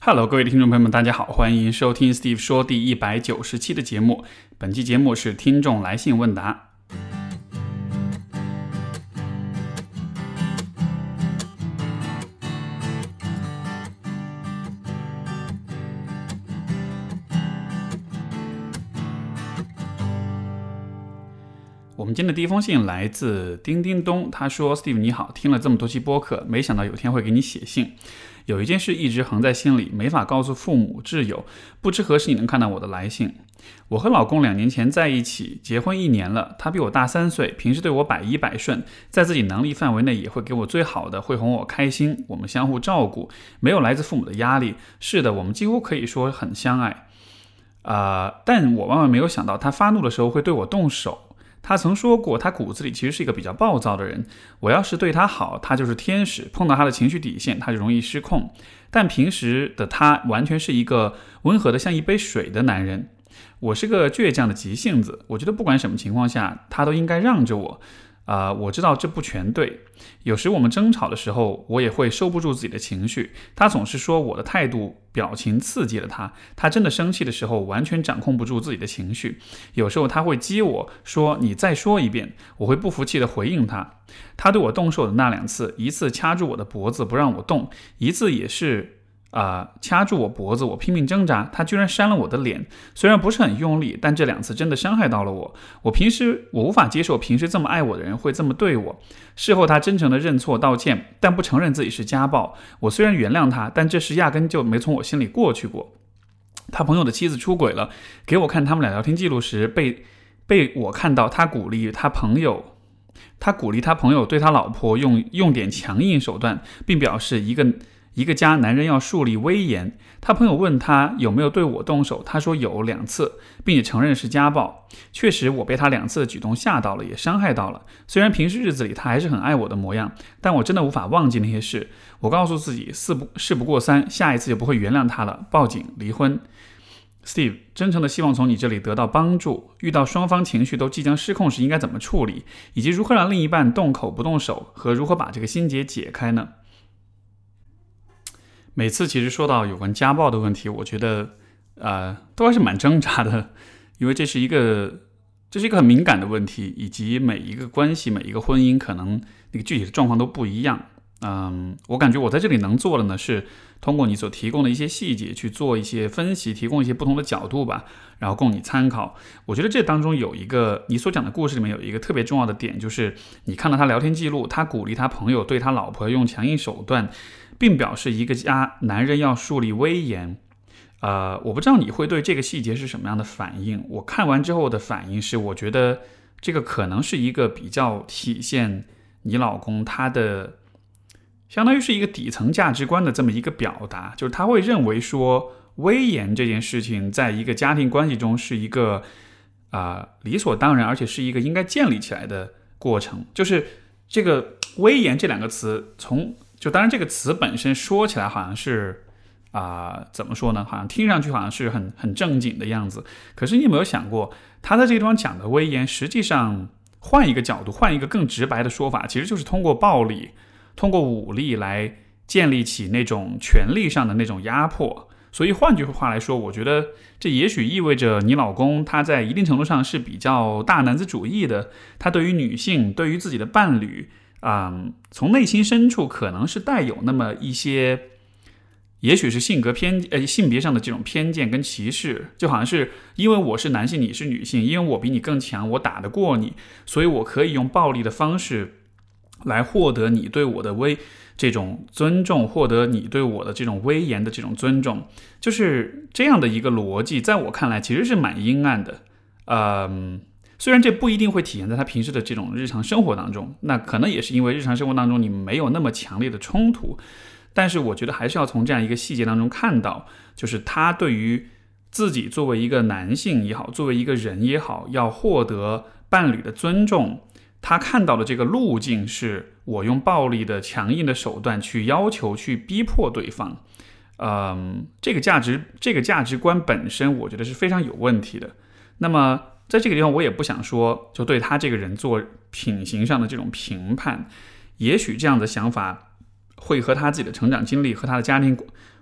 Hello， 各位听众朋友们，大家好，欢迎收听 Steve 说第190期的节目。本期节目是听众来信问答。我们今天的第一封信来自叮叮咚，他说 Steve 你好，听了这么多期播客，没想到有天会给你写信。有一件事一直横在心里，没法告诉父母挚友，不知何时你能看到我的来信。我和老公2年前在一起，结婚1年了，他比我大3岁，平时对我百依百顺，在自己能力范围内也会给我最好的，会哄我开心，我们相互照顾，没有来自父母的压力。是的，我们几乎可以说很相爱。但我万万没有想到他发怒的时候会对我动手。他曾说过，他骨子里其实是一个比较暴躁的人。我要是对他好，他就是天使；碰到他的情绪底线，他就容易失控。但平时的他完全是一个温和的像一杯水的男人。我是个倔强的急性子，我觉得不管什么情况下，他都应该让着我。我知道这不全对，有时我们争吵的时候，我也会收不住自己的情绪。他总是说我的态度、表情刺激了他，他真的生气的时候，完全掌控不住自己的情绪。有时候他会激我说你再说一遍，我会不服气的回应他。他对我动手的那2次，一次掐住我的脖子不让我动，一次也是掐住我脖子，我拼命挣扎，他居然扇了我的脸，虽然不是很用力，但这2次真的伤害到了我。我无法接受平时这么爱我的人会这么对我。事后他真诚的认错道歉，但不承认自己是家暴。我虽然原谅他，但这事压根就没从我心里过去过。他朋友的妻子出轨了，给我看他们俩聊天记录时，被我看到他鼓励他朋友对他老婆用点强硬手段，并表示一个家男人要树立威严。他朋友问他有没有对我动手，他说有2次，并且承认是家暴。确实我被他2次的举动吓到了，也伤害到了。虽然平时日子里他还是很爱我的模样，但我真的无法忘记那些事。我告诉自己事不过3，下一次就不会原谅他了，报警离婚。Steve， 真诚的希望从你这里得到帮助，遇到双方情绪都即将失控时应该怎么处理，以及如何让另一半动口不动手，和如何把这个心结解开呢？每次其实说到有关家暴的问题，我觉得都还是蛮挣扎的，因为这是一个很敏感的问题，以及每一个关系、每一个婚姻可能那个具体的状况都不一样。我感觉我在这里能做的呢，是通过你所提供的一些细节去做一些分析，提供一些不同的角度吧，然后供你参考。我觉得这当中有一个你所讲的故事里面有一个特别重要的点，就是你看到他聊天记录，他鼓励他朋友对他老婆用强硬手段，并表示一个家男人要树立威严。我不知道你会对这个细节是什么样的反应。我看完之后的反应是，我觉得这个可能是一个比较体现你老公他的相当于是一个底层价值观的这么一个表达，就是他会认为说威严这件事情在一个家庭关系中是一个理所当然，而且是一个应该建立起来的过程。就是这个威严这2个词，当然这个词本身说起来好像是怎么说呢？好像听上去好像是很正经的样子。可是你有没有想过，他在这个地方讲的威严，实际上换一个角度，换一个更直白的说法，其实就是通过暴力、通过武力来建立起那种权力上的那种压迫。所以换句话来说，我觉得这也许意味着你老公他在一定程度上是比较大男子主义的，他对于女性、对于自己的伴侣从内心深处可能是带有那么一些，也许是性别上的这种偏见跟歧视，就好像是因为我是男性，你是女性，因为我比你更强，我打得过你，所以我可以用暴力的方式来获得你对我的这种尊重，获得你对我的这种威严的这种尊重。就是这样的一个逻辑，在我看来其实是蛮阴暗的。虽然这不一定会体现在他平时的这种日常生活当中，那可能也是因为日常生活当中你们没有那么强烈的冲突，但是我觉得还是要从这样一个细节当中看到，就是他对于自己作为一个男性也好，作为一个人也好，要获得伴侣的尊重，他看到的这个路径是我用暴力的强硬的手段去要求去逼迫对方。这个价值观本身我觉得是非常有问题的。那么在这个地方我也不想说就对他这个人做品行上的这种评判，也许这样的想法会和他自己的成长经历和他的家庭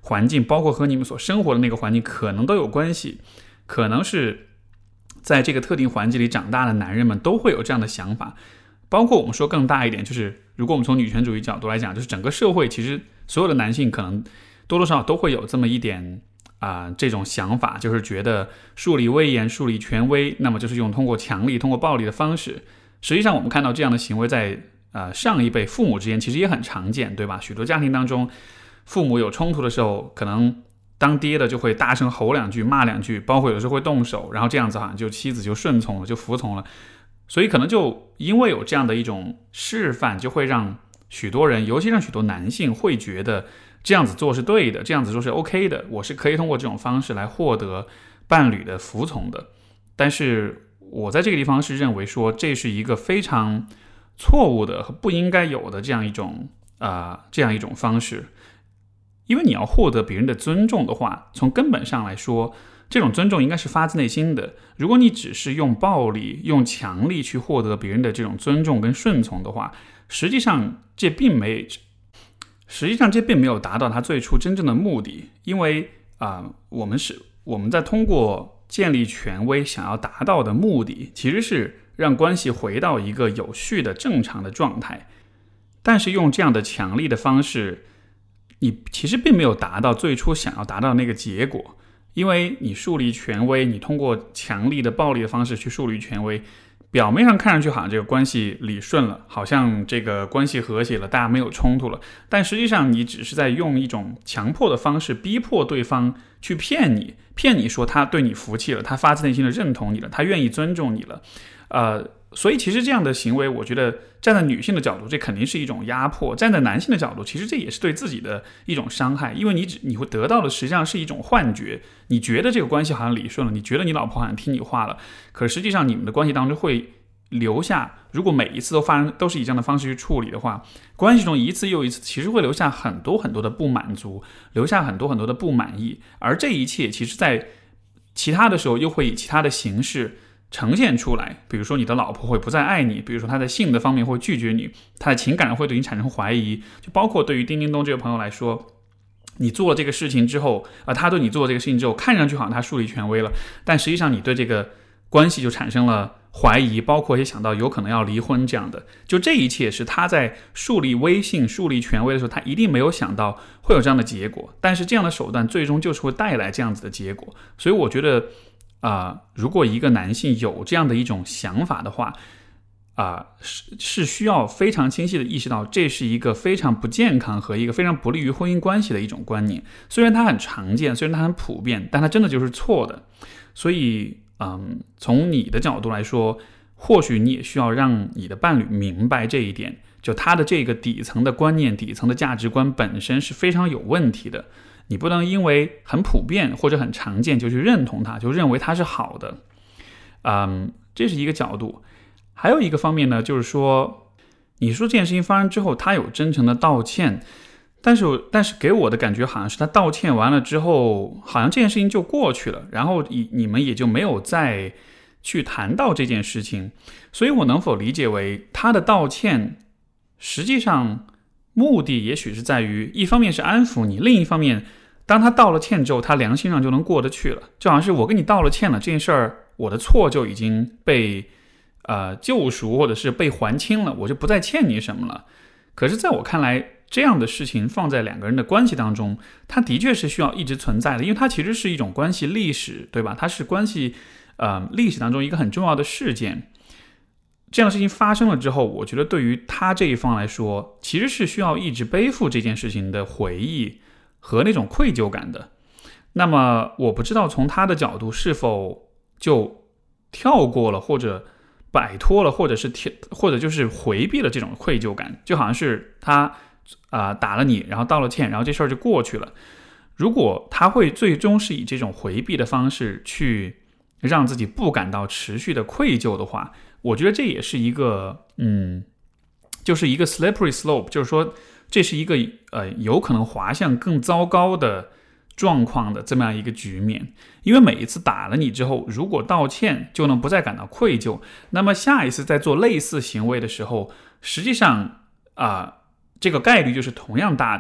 环境，包括和你们所生活的那个环境可能都有关系，可能是在这个特定环境里长大的男人们都会有这样的想法。包括我们说更大一点，就是如果我们从女权主义角度来讲，就是整个社会其实所有的男性可能多多少少都会有这么一点这种想法，就是觉得树立威严、树立权威，那么就是通过强力、通过暴力的方式。实际上我们看到这样的行为在上一辈父母之间其实也很常见，对吧？许多家庭当中，父母有冲突的时候，可能当爹的就会大声吼两句、骂两句，包括有时候会动手，然后这样子好像就妻子就顺从了，就服从了。所以可能就因为有这样的一种示范，就会让许多人，尤其让许多男性会觉得这样子做是对的，这样子做是 OK 的，我是可以通过这种方式来获得伴侣的服从的。但是我在这个地方是认为说，这是一个非常错误的和不应该有的这样一种方式。因为你要获得别人的尊重的话，从根本上来说，这种尊重应该是发自内心的。如果你只是用暴力、用强力去获得别人的这种尊重跟顺从的话，实际上这并没有达到他最初真正的目的。因为我们在通过建立权威想要达到的目的，其实是让关系回到一个有序的正常的状态。但是用这样的强力的方式，你其实并没有达到最初想要达到的那个结果。因为你树立权威，你通过强力的暴力的方式去树立权威，表面上看上去好像这个关系理顺了，好像这个关系和谐了，大家没有冲突了，但实际上你只是在用一种强迫的方式逼迫对方去骗你说他对你服气了，他发自内心的认同你了，他愿意尊重你了。所以其实这样的行为，我觉得站在女性的角度，这肯定是一种压迫；站在男性的角度，其实这也是对自己的一种伤害，因为你会得到的实际上是一种幻觉，你觉得这个关系好像理顺了，你觉得你老婆好像听你话了，可实际上你们的关系当中会留下，如果每一次都是以这样的方式去处理的话，关系中一次又一次其实会留下很多很多的不满足，留下很多很多的不满意，而这一切其实在其他的时候又会以其他的形式呈现出来。比如说你的老婆会不再爱你，比如说她在性的方面会拒绝你，她的情感会对你产生怀疑，就包括对于叮叮咚这个朋友来说，你做了这个事情之后他对你做了这个事情之后，看上去好像他树立权威了，但实际上你对这个关系就产生了怀疑，包括也想到有可能要离婚这样的。就这一切是他在树立威信、树立权威的时候，他一定没有想到会有这样的结果，但是这样的手段最终就是会带来这样子的结果。所以我觉得如果一个男性有这样的一种想法的话，是需要非常清晰的意识到，这是一个非常不健康和一个非常不利于婚姻关系的一种观念。虽然它很常见，虽然它很普遍，但它真的就是错的。所以从你的角度来说，或许你也需要让你的伴侣明白这一点，就他的这个底层的观念、底层的价值观本身是非常有问题的。你不能因为很普遍或者很常见就去认同它，就认为它是好的。这是一个角度。还有一个方面呢，就是说，你说这件事情发生之后，他有真诚的道歉，但是给我的感觉好像是他道歉完了之后，好像这件事情就过去了，然后你们也就没有再去谈到这件事情。所以我能否理解为他的道歉实际上目的也许是在于，一方面是安抚你，另一方面当他道了歉之后，他良心上就能过得去了，就好像是我跟你道了歉了，这件事儿我的错就已经被救赎或者是被还清了，我就不再欠你什么了。可是在我看来，这样的事情放在两个人的关系当中，它的确是需要一直存在的，因为它其实是一种关系历史，对吧？它是关系历史当中一个很重要的事件。这样的事情发生了之后，我觉得对于他这一方来说，其实是需要一直背负这件事情的回忆和那种愧疚感的。那么我不知道从他的角度是否就跳过了，或者摆脱了，或者就是回避了这种愧疚感，就好像是他打了你，然后道了歉，然后这事儿就过去了。如果他会最终是以这种回避的方式去让自己不感到持续的愧疚的话，我觉得这也是一个就是一个 slippery slope， 就是说这是一个有可能滑向更糟糕的状况的这么样一个局面。因为每一次打了你之后，如果道歉就能不再感到愧疚，那么下一次在做类似行为的时候，实际上这个概率就是同样大的。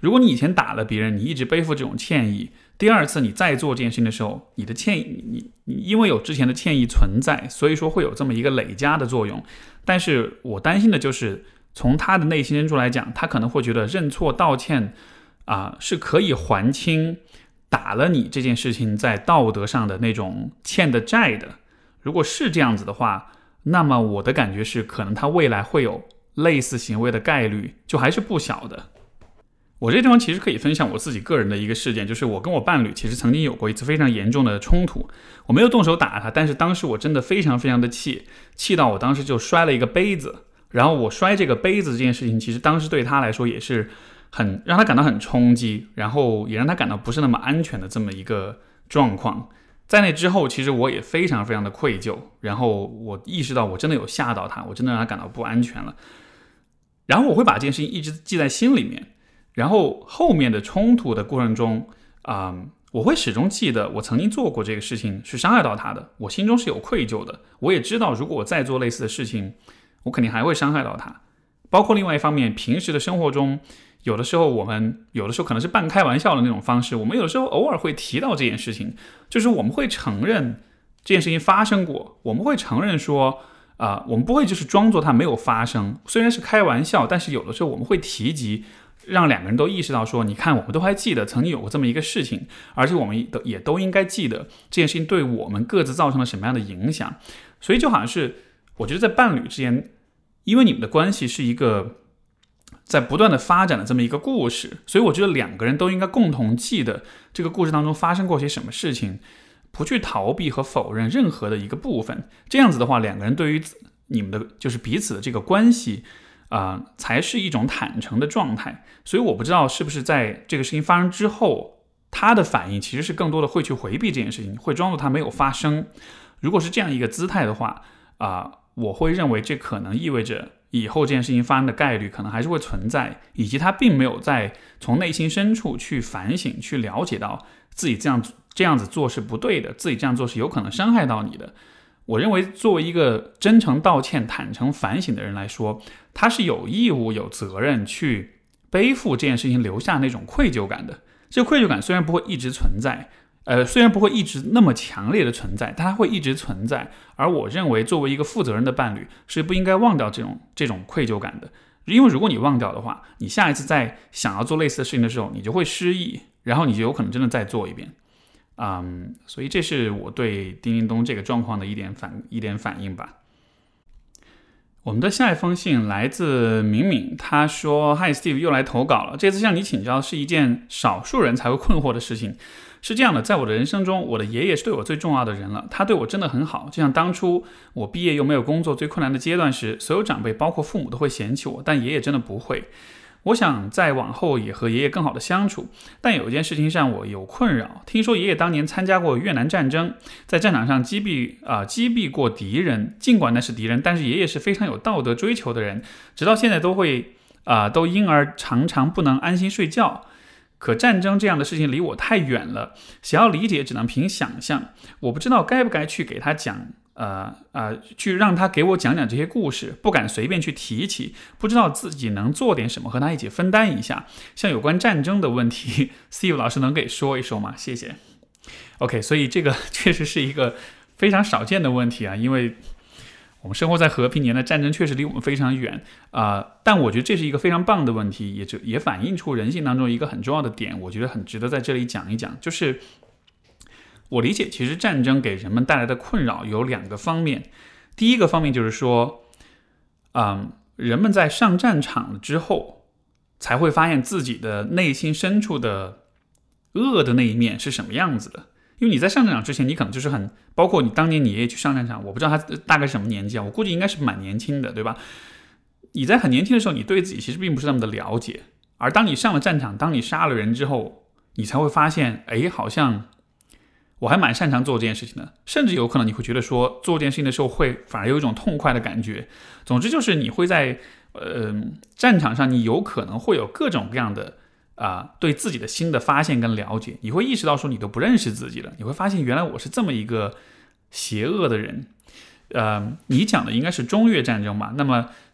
如果你以前打了别人，你一直背负这种歉意，第二次你再做这件事情的时候，你的歉意，你因为有之前的歉意存在，所以说会有这么一个累加的作用。但是我担心的就是从他的内心深处来讲，他可能会觉得认错道歉是可以还清打了你这件事情在道德上的那种欠的债的。如果是这样子的话，那么我的感觉是可能他未来会有类似行为的概率就还是不小的。我这地方其实可以分享我自己个人的一个事件，就是我跟我伴侣其实曾经有过一次非常严重的冲突。我没有动手打他，但是当时我真的非常非常的气到我当时就摔了一个杯子。然后我摔这个杯子这件事情，其实当时对他来说也是让他感到很冲击，然后也让他感到不是那么安全的这么一个状况。在那之后，其实我也非常非常的愧疚，然后我意识到我真的有吓到他，我真的让他感到不安全了。然后我会把这件事情一直记在心里面。然后后面的冲突的过程中，我会始终记得我曾经做过这个事情是伤害到他的，我心中是有愧疚的。我也知道如果我再做类似的事情，我肯定还会伤害到他。包括另外一方面，平时的生活中，有的时候可能是半开玩笑的那种方式，我们有的时候偶尔会提到这件事情，就是我们会承认这件事情发生过，我们会承认说我们不会就是装作它没有发生，虽然是开玩笑，但是有的时候我们会提及，让两个人都意识到说，你看我们都还记得曾经有过这么一个事情，而且我们也都应该记得这件事情对我们各自造成了什么样的影响。所以就好像是我觉得在伴侣之间，因为你们的关系是一个在不断的发展的这么一个故事，所以我觉得两个人都应该共同记得这个故事当中发生过些什么事情，不去逃避和否认任何的一个部分。这样子的话，两个人对于你们的就是彼此的这个关系才是一种坦诚的状态。所以我不知道是不是在这个事情发生之后，他的反应其实是更多的会去回避这件事情，会装作他没有发生。如果是这样一个姿态的话我会认为这可能意味着以后这件事情发生的概率可能还是会存在，以及他并没有在从内心深处去反省，去了解到自己这样子做是不对的，自己这样做是有可能伤害到你的。我认为作为一个真诚道歉、坦诚反省的人来说，他是有义务、有责任去背负这件事情留下那种愧疚感的。这个愧疚感虽然不会一直存在，虽然不会一直那么强烈的存在，但它会一直存在。而我认为作为一个负责任的伴侣，是不应该忘掉这种愧疚感的。因为如果你忘掉的话，你下一次在想要做类似的事情的时候，你就会失忆，然后你就有可能真的再做一遍。所以这是我对丁丁东这个状况的一点反应吧。我们的下一封信来自敏敏，他说 Hi Steve 又来投稿了，这次向你请教是一件少数人才会困惑的事情。是这样的，在我的人生中，我的爷爷是对我最重要的人了，他对我真的很好，就像当初我毕业又没有工作最困难的阶段时，所有长辈包括父母都会嫌弃我，但爷爷真的不会。我想在往后也和爷爷更好的相处，但有一件事情让我有困扰。听说爷爷当年参加过越南战争，在战场上击毙过敌人，尽管那是敌人，但是爷爷是非常有道德追求的人，直到现在都因而常常不能安心睡觉。可战争这样的事情离我太远了，想要理解只能凭想象。我不知道该不该去给他讲去让他给我讲讲这些故事，不敢随便去提起，不知道自己能做点什么和他一起分担一下。像有关战争的问题 Steve 老师能给说一说吗？谢谢。 OK， 所以这个确实是一个非常少见的问题因为我们生活在和平年代，战争确实离我们非常远但我觉得这是一个非常棒的问题，也反映出人性当中一个很重要的点，我觉得很值得在这里讲一讲。就是我理解其实战争给人们带来的困扰有两个方面。第一个方面就是说人们在上战场之后才会发现自己的内心深处的恶的那一面是什么样子的。因为你在上战场之前，你可能就是包括你当年你爷爷去上战场，我不知道他大概什么年纪我估计应该是蛮年轻的，对吧？你在很年轻的时候，你对自己其实并不是那么的了解，而当你上了战场，当你杀了人之后，你才会发现好像我还蛮擅长做这件事情的，甚至有可能你会觉得说做这件事情的时候会反而有一种痛快的感觉。总之就是你会在战场上，你有可能会有各种各样的对自己的新的发现跟了解，你会意识到说你都不认识自己了，你会发现原来我是这么一个邪恶的人。你讲的应该是中越战争吧？那么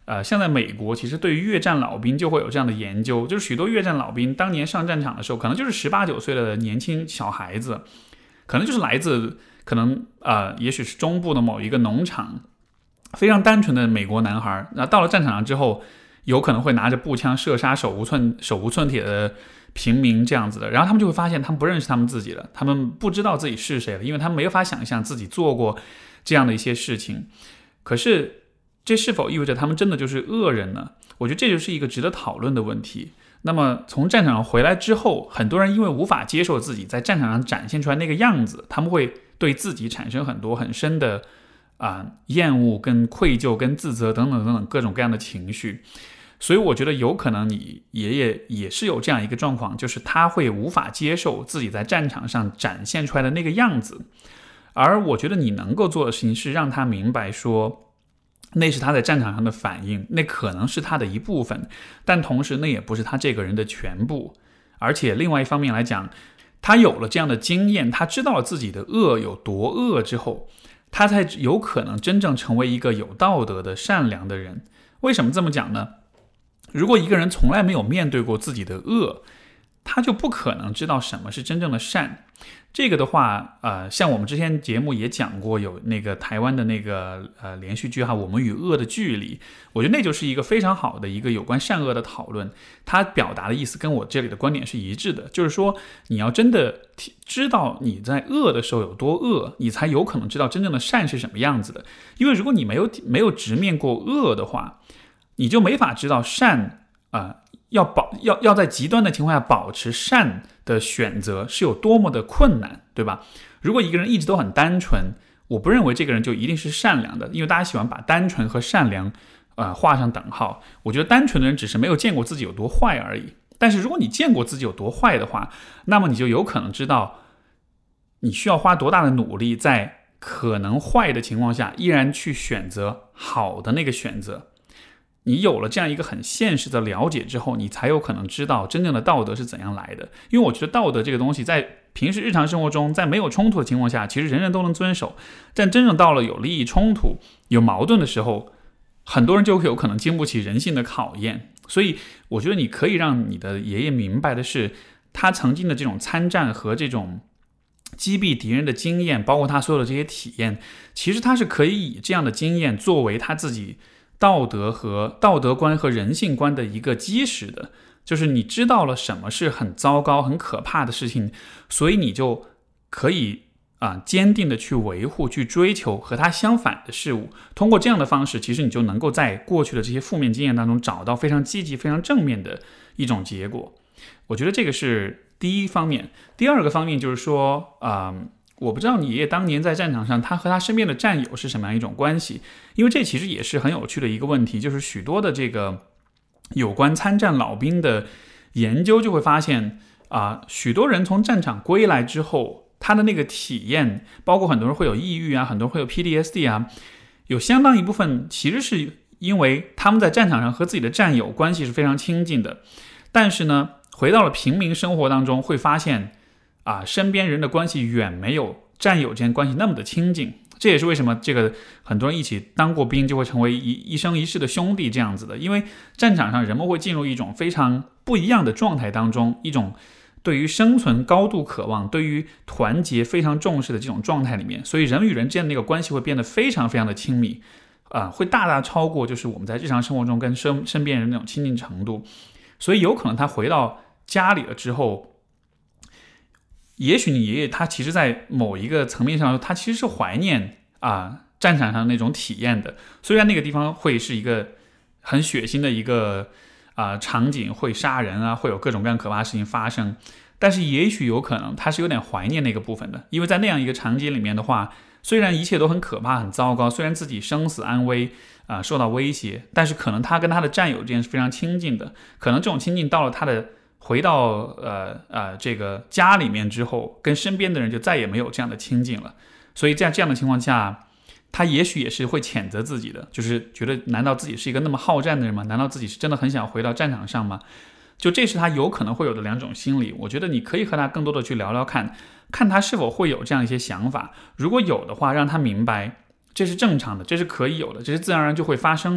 像在美国，其实对于越战老兵就会有这样的研究，就是许多越战老兵当年上战场的时候，可能就是18、19岁的年轻小孩子，可能就是来自也许是中部的某一个农场，非常单纯的美国男孩。那到了战场上之后，有可能会拿着步枪射杀手无寸铁的平民这样子的，然后他们就会发现他们不认识他们自己了，他们不知道自己是谁了，因为他们没法想象自己做过这样的一些事情。可是这是否意味着他们真的就是恶人呢？我觉得这就是一个值得讨论的问题。那么从战场上回来之后，很多人因为无法接受自己在战场上展现出来那个样子，他们会对自己产生很多很深的厌恶跟愧疚跟自责等等等等各种各样的情绪。所以我觉得有可能你爷爷也是有这样一个状况，就是他会无法接受自己在战场上展现出来的那个样子。而我觉得你能够做的事情是让他明白说，那是他在战场上的反应，那可能是他的一部分，但同时那也不是他这个人的全部。而且另外一方面来讲，他有了这样的经验，他知道了自己的恶有多恶之后，他才有可能真正成为一个有道德的善良的人。为什么这么讲呢？如果一个人从来没有面对过自己的恶，他就不可能知道什么是真正的善。这个的话，像我们之前节目也讲过，有那个台湾的那个连续剧我们与恶的距离，我觉得那就是一个非常好的一个有关善恶的讨论。他表达的意思跟我这里的观点是一致的，就是说你要真的知道你在恶的时候有多恶，你才有可能知道真正的善是什么样子的。因为如果你没有直面过恶的话，你就没法知道善要在极端的情况下保持善的选择是有多么的困难，对吧？如果一个人一直都很单纯，我不认为这个人就一定是善良的，因为大家喜欢把单纯和善良画上等号。我觉得单纯的人只是没有见过自己有多坏而已。但是如果你见过自己有多坏的话，那么你就有可能知道你需要花多大的努力，在可能坏的情况下依然去选择好的那个选择。你有了这样一个很现实的了解之后，你才有可能知道真正的道德是怎样来的。因为我觉得道德这个东西在平时日常生活中，在没有冲突的情况下，其实人人都能遵守，但真正到了有利益冲突有矛盾的时候，很多人就有可能经不起人性的考验。所以我觉得你可以让你的爷爷明白的是，他曾经的这种参战和这种击毙敌人的经验，包括他所有的这些体验，其实他是可以以这样的经验作为他自己道德观和人性观的一个基石的。就是你知道了什么是很糟糕很可怕的事情，所以你就可以坚定的去维护去追求和它相反的事物。通过这样的方式，其实你就能够在过去的这些负面经验当中找到非常积极非常正面的一种结果。我觉得这个是第一方面。第二个方面就是说我不知道你爷爷当年在战场上他和他身边的战友是什么样一种关系，因为这其实也是很有趣的一个问题。就是许多的这个有关参战老兵的研究就会发现许多人从战场归来之后，他的那个体验，包括很多人会有抑郁很多人会有 PTSD 有相当一部分其实是因为他们在战场上和自己的战友关系是非常亲近的，但是呢回到了平民生活当中，会发现身边人的关系远没有战友之间关系那么的亲近。这也是为什么这个很多人一起当过兵就会成为一生一世的兄弟这样子的。因为战场上人们会进入一种非常不一样的状态当中，一种对于生存高度渴望，对于团结非常重视的这种状态里面，所以人与人之间的那个关系会变得非常非常的亲密会大大超过就是我们在日常生活中跟身边人那种亲近程度。所以有可能他回到家里了之后，也许你爷爷他其实在某一个层面上，他其实是怀念战场上那种体验的。虽然那个地方会是一个很血腥的一个场景，会杀人会有各种各样可怕的事情发生，但是也许有可能他是有点怀念那个部分的。因为在那样一个场景里面的话，虽然一切都很可怕很糟糕，虽然自己生死安危受到威胁，但是可能他跟他的战友之间是非常亲近的。可能这种亲近到了他的回到这个家里面之后，跟身边的人就再也没有这样的亲近了。所以在这样的情况下，他也许也是会谴责自己的，就是觉得难道自己是一个那么好战的人吗？难道自己是真的很想回到战场上吗？就这是他有可能会有的两种心理。我觉得你可以和他更多的去聊聊看他是否会有这样一些想法。如果有的话，让他明白这是正常的，这是可以有的，这是自然而然就会发生的。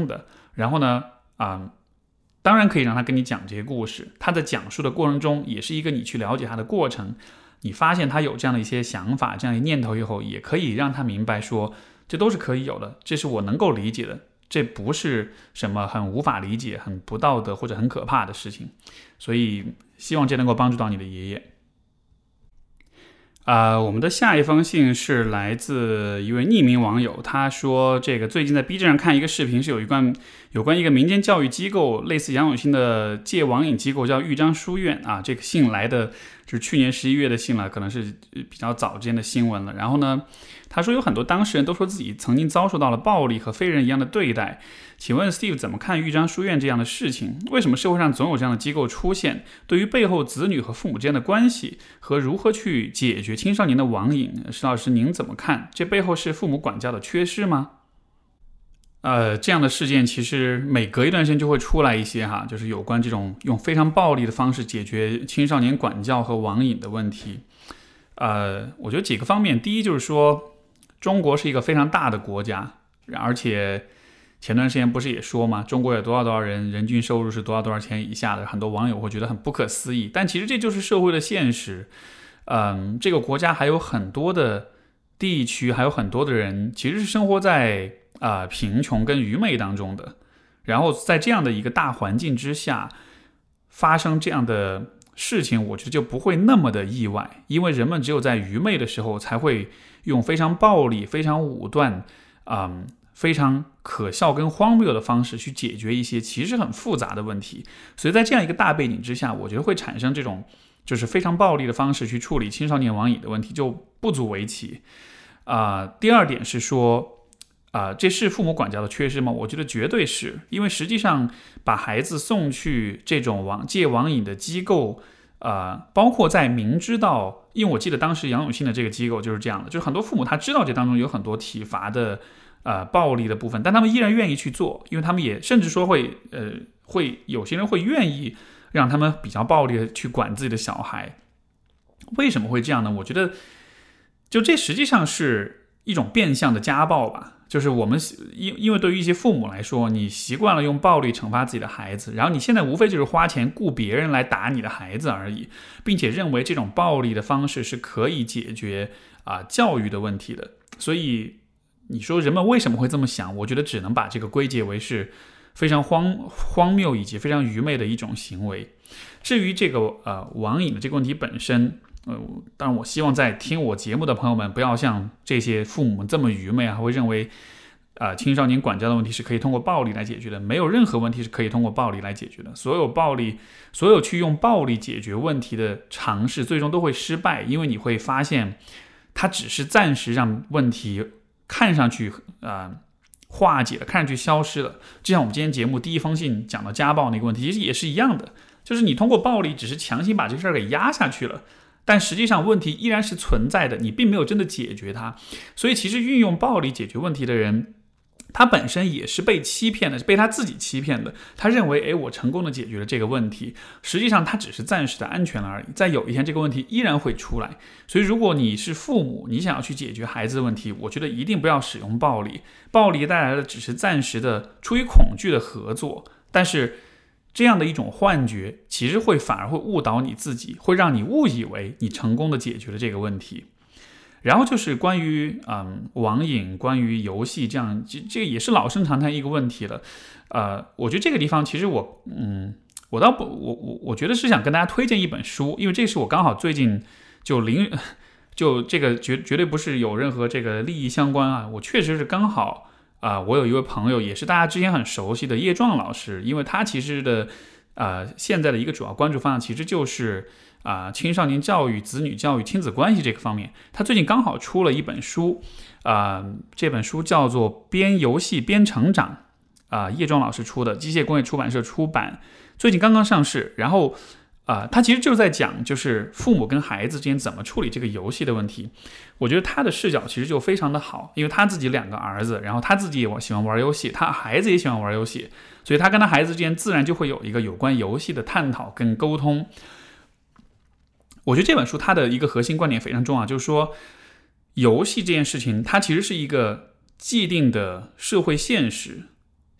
然后呢，当然可以让他跟你讲这些故事，他在讲述的过程中也是一个你去了解他的过程。你发现他有这样的一些想法、这样的念头以后，也可以让他明白说，这都是可以有的，这是我能够理解的，这不是什么很无法理解、很不道德或者很可怕的事情。所以希望这能够帮助到你的爷爷。我们的下一封信是来自一位匿名网友，他说这个最近在 B 站上看一个视频，是有关一个民间教育机构，类似杨永信的戒网瘾机构，叫豫章书院啊。这个信来的就是去年11月的信了，可能是比较早之前的新闻了。然后呢，他说有很多当事人都说自己曾经遭受到了暴力和非人一样的对待。请问 Steve 怎么看豫章书院这样的事情？为什么社会上总有这样的机构出现？对于背后子女和父母之间的关系和如何去解决青少年的网瘾，石老师您怎么看？这背后是父母管教的缺失吗？这样的事件其实每隔一段时间就会出来一些哈，就是有关这种用非常暴力的方式解决青少年管教和网瘾的问题。我觉得几个方面，第一就是说，中国是一个非常大的国家，而且前段时间不是也说嘛，中国有多少人人均收入是多少钱以下的，很多网友会觉得很不可思议，但其实这就是社会的现实。这个国家还有很多的地区，还有很多的人其实是生活在贫穷跟愚昧当中的，然后在这样的一个大环境之下发生这样的事情，我觉得就不会那么的意外，因为人们只有在愚昧的时候才会用非常暴力、非常武断、非常可笑跟荒谬的方式去解决一些其实很复杂的问题。所以在这样一个大背景之下，我觉得会产生这种就是非常暴力的方式去处理青少年网瘾的问题就不足为奇。第二点是说这是父母管教的缺失吗？我觉得绝对是，因为实际上把孩子送去这种戒网瘾的机构，包括在明知道，因为我记得当时杨永信的这个机构就是这样的，就是很多父母他知道这当中有很多体罚的暴力的部分，但他们依然愿意去做，因为他们也甚至说会有些人会愿意让他们比较暴力的去管自己的小孩。为什么会这样呢？我觉得就这实际上是一种变相的家暴吧。就是我们因为对于一些父母来说，你习惯了用暴力惩罚自己的孩子，然后你现在无非就是花钱雇别人来打你的孩子而已，并且认为这种暴力的方式是可以解决教育的问题的。所以你说人们为什么会这么想？我觉得只能把这个归结为是非常荒谬以及非常愚昧的一种行为。至于这个网瘾的这个问题本身，当然我希望在听我节目的朋友们不要像这些父母这么愚昧会认为青少年管教的问题是可以通过暴力来解决的。没有任何问题是可以通过暴力来解决的。所有去用暴力解决问题的尝试最终都会失败，因为你会发现它只是暂时让问题看上去化解了，看上去消失了。就像我们今天节目第一封信讲到家暴那个问题，其实也是一样的，就是你通过暴力只是强行把这个事儿给压下去了，但实际上问题依然是存在的，你并没有真的解决它。所以其实运用暴力解决问题的人，他本身也是被欺骗的，被他自己欺骗的。他认为我成功的解决了这个问题，实际上他只是暂时的安全了而已，在有一天这个问题依然会出来。所以如果你是父母，你想要去解决孩子的问题，我觉得一定不要使用暴力。暴力带来的只是暂时的出于恐惧的合作，但是这样的一种幻觉其实反而会误导你自己，会让你误以为你成功的解决了这个问题。然后就是关于网瘾，关于游戏，这个也是老生常谈一个问题了。我觉得这个地方其实我觉得是想跟大家推荐一本书，因为这是我刚好最近就这个绝对不是有任何这个利益相关我确实是刚好我有一位朋友也是大家之前很熟悉的叶壮老师，因为他其实的现在的一个主要关注方向其实就是青少年教育、子女教育、亲子关系这个方面。他最近刚好出了一本书，这本书叫做《边游戏边成长》，叶壮老师出的，机械工业出版社出版，最近刚刚上市。然后他其实就是在讲，就是父母跟孩子之间怎么处理这个游戏的问题。我觉得他的视角其实就非常的好，因为他自己2个儿子，然后他自己也喜欢玩游戏，他孩子也喜欢玩游戏，所以他跟他孩子之间自然就会有一个有关游戏的探讨跟沟通。我觉得这本书它的一个核心观点非常重要，就是说游戏这件事情它其实是一个既定的社会现实，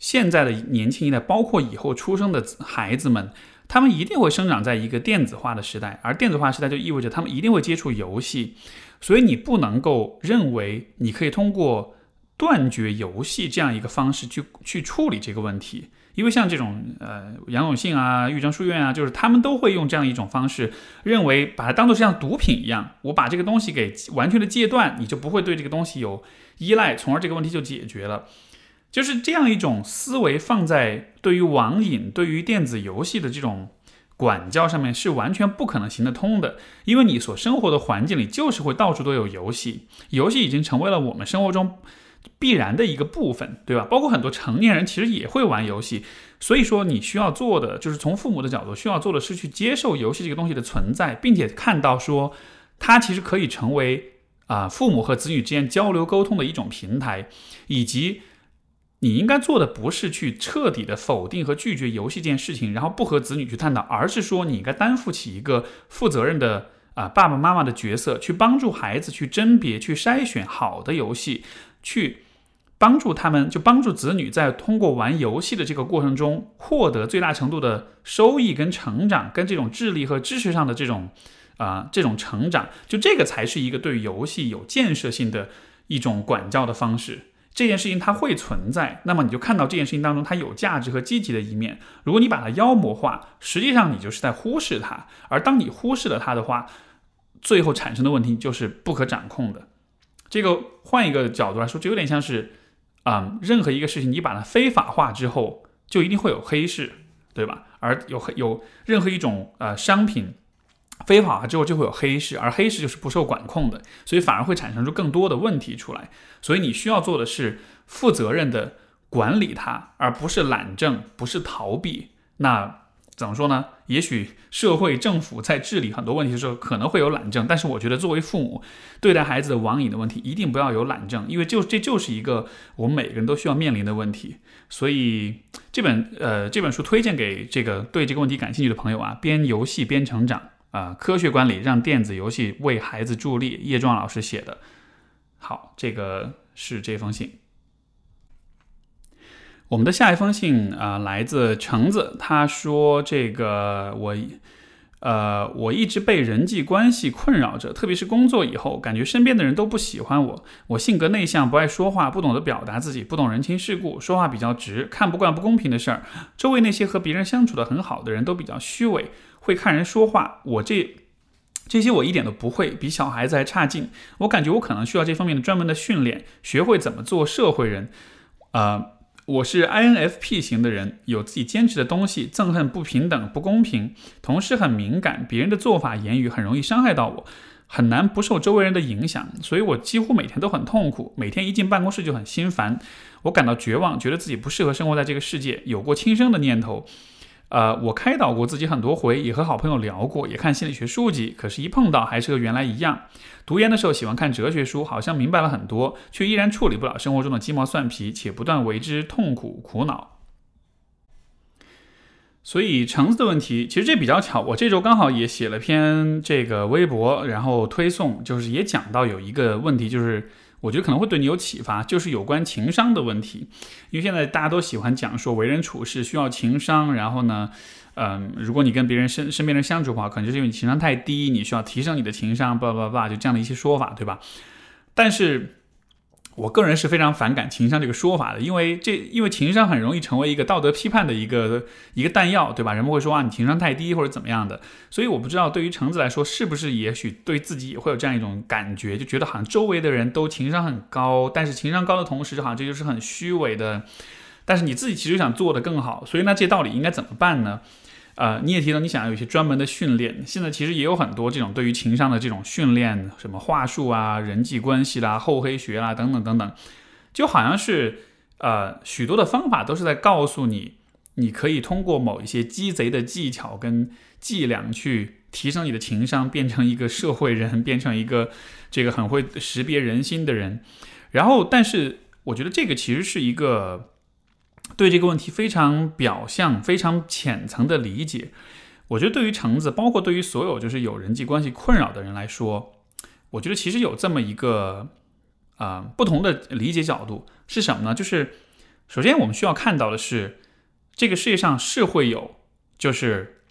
现在的年轻一代，包括以后出生的孩子们，他们一定会生长在一个电子化的时代，而电子化时代就意味着他们一定会接触游戏，所以你不能够认为你可以通过断绝游戏这样一个方式去处理这个问题。因为像这种杨永信啊、玉成书院啊，就是他们都会用这样一种方式，认为把它当作像毒品一样，我把这个东西给完全的戒断，你就不会对这个东西有依赖，从而这个问题就解决了。就是这样一种思维放在对于网瘾、对于电子游戏的这种管教上面是完全不可能行得通的，因为你所生活的环境里就是会到处都有游戏，游戏已经成为了我们生活中必然的一个部分，对吧？包括很多成年人其实也会玩游戏，所以说你需要做的就是从父母的角度需要做的是去接受游戏这个东西的存在，并且看到说它其实可以成为父母和子女之间交流沟通的一种平台，以及你应该做的不是去彻底的否定和拒绝游戏这件事情，然后不和子女去探讨，而是说你应该担负起一个负责任的爸爸妈妈的角色，去帮助孩子去甄别、去筛选好的游戏，去帮助他们，就帮助子女在通过玩游戏的这个过程中获得最大程度的收益跟成长，跟这种智力和知识上的这种成长，就这个才是一个对游戏有建设性的一种管教的方式。这件事情它会存在，那么你就看到这件事情当中它有价值和积极的一面。如果你把它妖魔化，实际上你就是在忽视它，而当你忽视了它的话，最后产生的问题就是不可掌控的。这个换一个角度来说，就有点像是任何一个事情你把它非法化之后，就一定会有黑市，对吧？而有任何一种商品非法化之后就会有黑市，而黑市就是不受管控的，所以反而会产生出更多的问题出来。所以你需要做的是负责任的管理它，而不是懒政，不是逃避。那怎么说呢？也许社会政府在治理很多问题的时候可能会有懒政，但是我觉得作为父母对待孩子的网瘾的问题一定不要有懒政，因为这就是一个我们每个人都需要面临的问题。所以这本书推荐给对这个问题感兴趣的朋友啊，边游戏边成长科学管理让电子游戏为孩子助力，叶壮老师写的。好，这个是这封信。我们的下一封信来自橙子，他说我一直被人际关系困扰着，特别是工作以后，感觉身边的人都不喜欢我。我性格内向，不爱说话，不懂得表达自己，不懂人情世故，说话比较直，看不惯不公平的事儿。周围那些和别人相处的很好的人都比较虚伪，会看人说话。这些我一点都不会，比小孩子还差劲。我感觉我可能需要这方面的专门的训练，学会怎么做社会人。我是 INFP 型的人，有自己坚持的东西，憎恨不平等、不公平，同时很敏感，别人的做法、言语很容易伤害到我，很难不受周围人的影响，所以我几乎每天都很痛苦，每天一进办公室就很心烦，我感到绝望，觉得自己不适合生活在这个世界，有过轻生的念头。我开导过自己很多回，也和好朋友聊过，也看心理学书籍，可是一碰到还是和原来一样。读研的时候喜欢看哲学书，好像明白了很多，却依然处理不了生活中的鸡毛蒜皮，且不断为之痛苦苦恼。所以橙子的问题其实这比较巧，我这周刚好也写了篇这个微博，然后推送，就是也讲到有一个问题，就是我觉得可能会对你有启发，就是有关情商的问题。因为现在大家都喜欢讲说为人处事需要情商，然后呢如果你跟别人身边人相处的话，可能就是因为你情商太低，你需要提升你的情商就这样的一些说法，对吧？但是我个人是非常反感情商这个说法的，因为情商很容易成为一个道德批判的一个弹药，对吧？人们会说你情商太低或者怎么样的，所以我不知道对于橙子来说，是不是也许对自己也会有这样一种感觉，就觉得好像周围的人都情商很高，但是情商高的同时，好像这就是很虚伪的，但是你自己其实想做得更好，所以那这道理应该怎么办呢？你也提到你想要有一些专门的训练，现在其实也有很多这种对于情商的这种训练，什么话术啊、人际关系啦、厚黑学啦等等等等，就好像是许多的方法都是在告诉你，你可以通过某一些鸡贼的技巧跟伎俩去提升你的情商，变成一个社会人，变成一个这个很会识别人心的人。然后，但是我觉得这个其实是一个对这个问题非常表象、非常浅层的理解。我觉得对于橙子，包括对于所有就是有人际关系困扰的人来说，我觉得其实有这么一个不同的理解角度是什么呢？就是首先我们需要看到的是，这个世界上是会有，就是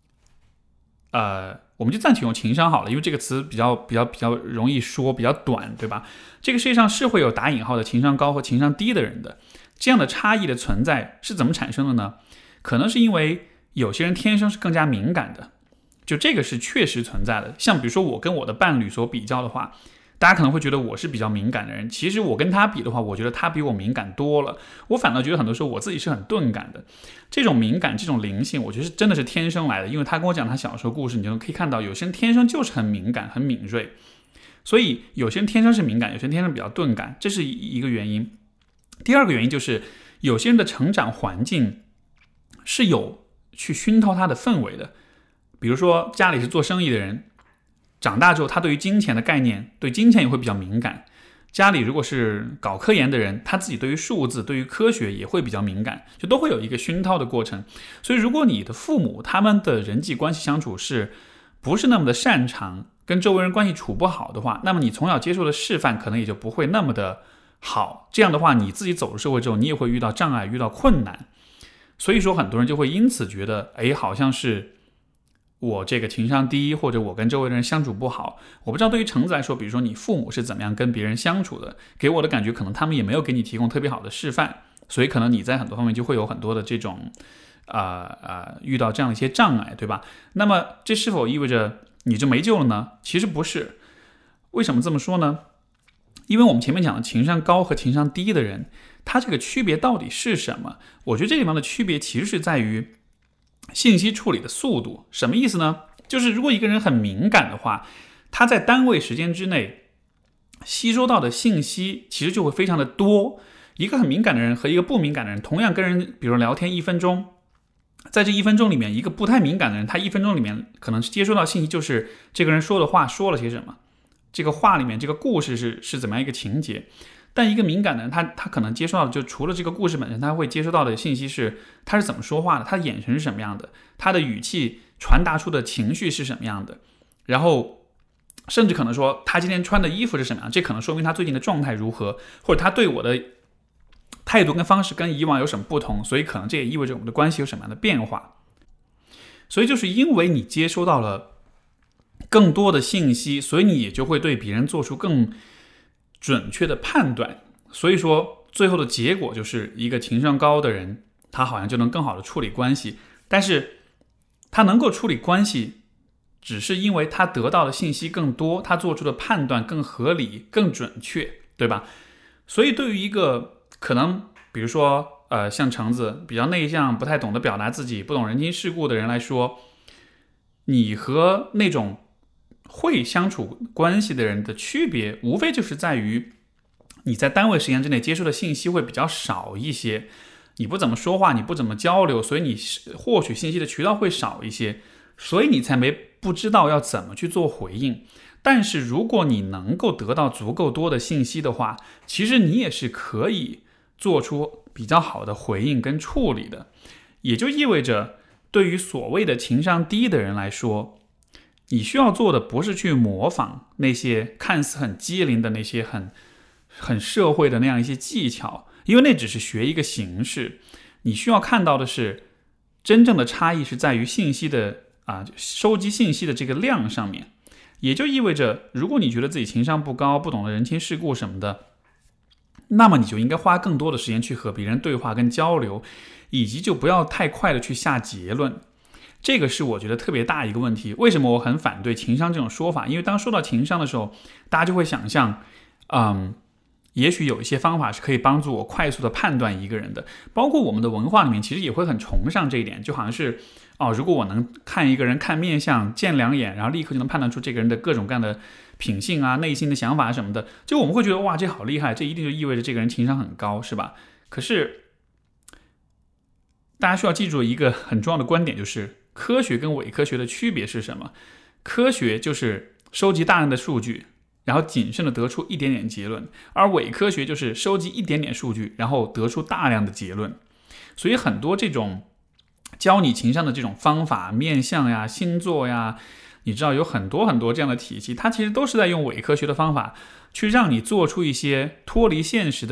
我们就暂且用情商好了，因为这个词比较容易说，比较短，对吧？这个世界上是会有打引号的情商高和情商低的人的，这样的差异的存在是怎么产生的呢？可能是因为有些人天生是更加敏感的，就这个是确实存在的。像比如说我跟我的伴侣所比较的话，大家可能会觉得我是比较敏感的人，其实我跟他比的话，我觉得他比我敏感多了。我反倒觉得很多时候我自己是很钝感的。这种敏感，这种灵性，我觉得真的是天生来的。因为他跟我讲他小时候故事，你就可以看到，有些人天生就是很敏感、很敏锐，所以有些人天生是敏感，有些人天生比较钝感，这是一个原因。第二个原因就是有些人的成长环境是有去熏陶他的氛围的，比如说家里是做生意的人，长大之后他对于金钱的概念，对金钱也会比较敏感。家里如果是搞科研的人，他自己对于数字、对于科学也会比较敏感，就都会有一个熏陶的过程。所以如果你的父母他们的人际关系相处是不是那么的擅长，跟周围人关系处不好的话，那么你从小接受的示范可能也就不会那么的好。这样的话，你自己走入社会之后，你也会遇到障碍，遇到困难。所以说很多人就会因此觉得，好像是我这个情商低，或者我跟周围的人相处不好。我不知道对于橙子来说，比如说你父母是怎么样跟别人相处的，给我的感觉可能他们也没有给你提供特别好的示范，所以可能你在很多方面就会有很多的这种遇到这样的一些障碍，对吧？那么这是否意味着你就没救了呢？其实不是。为什么这么说呢？因为我们前面讲的情商高和情商低的人，他这个区别到底是什么？我觉得这里面的区别其实是在于信息处理的速度。什么意思呢？就是如果一个人很敏感的话，他在单位时间之内吸收到的信息其实就会非常的多。一个很敏感的人和一个不敏感的人，同样跟人比如聊天1分钟，在这1分钟里面，一个不太敏感的人，他1分钟里面可能接收到信息就是这个人说的话说了些什么，这个话里面这个故事是怎么样一个情节。但一个敏感的人，他可能接收到的就除了这个故事本身，他会接收到的信息是他是怎么说话的，他的眼神是什么样的，他的语气传达出的情绪是什么样的，然后甚至可能说他今天穿的衣服是什么样，这可能说明他最近的状态如何，或者他对我的态度跟方式跟以往有什么不同，所以可能这也意味着我们的关系有什么样的变化。所以就是因为你接收到了更多的信息，所以你也就会对别人做出更准确的判断。所以说最后的结果就是一个情商高的人，他好像就能更好的处理关系，但是他能够处理关系只是因为他得到的信息更多，他做出的判断更合理更准确，对吧？所以对于一个可能比如说像橙子比较内向，不太懂得表达自己，不懂人情世故的人来说，你和那种会相处关系的人的区别无非就是在于你在单位时间之内接受的信息会比较少一些，你不怎么说话，你不怎么交流，所以你获取信息的渠道会少一些，所以你才不知道要怎么去做回应。但是如果你能够得到足够多的信息的话，其实你也是可以做出比较好的回应跟处理的。也就意味着对于所谓的情商低的人来说，你需要做的不是去模仿那些看似很机灵的那些很社会的那样一些技巧，因为那只是学一个形式。你需要看到的是真正的差异是在于信息的收集信息的这个量上面。也就意味着如果你觉得自己情商不高，不懂得人情世故什么的，那么你就应该花更多的时间去和别人对话跟交流，以及就不要太快的去下结论。这个是我觉得特别大一个问题。为什么我很反对情商这种说法？因为当说到情商的时候，大家就会想象也许有一些方法是可以帮助我快速的判断一个人的，包括我们的文化里面其实也会很崇尚这一点，就好像是如果我能看一个人看面相，见两眼，然后立刻就能判断出这个人的各种各样的品性内心的想法什么的，就我们会觉得哇，这好厉害，这一定就意味着这个人情商很高，是吧？可是大家需要记住一个很重要的观点，就是科学跟伪科学的区别是什么？科学就是收集大量的数据，然后谨慎的得出一点点结论，而伪科学就是收集一点点数据，然后得出大量的结论。所以很多这种教你情商的这种方法，面相呀、星座呀，你知道有很多很多这样的体系，它其实都是在用伪科学的方法去让你做出一些脱离现实的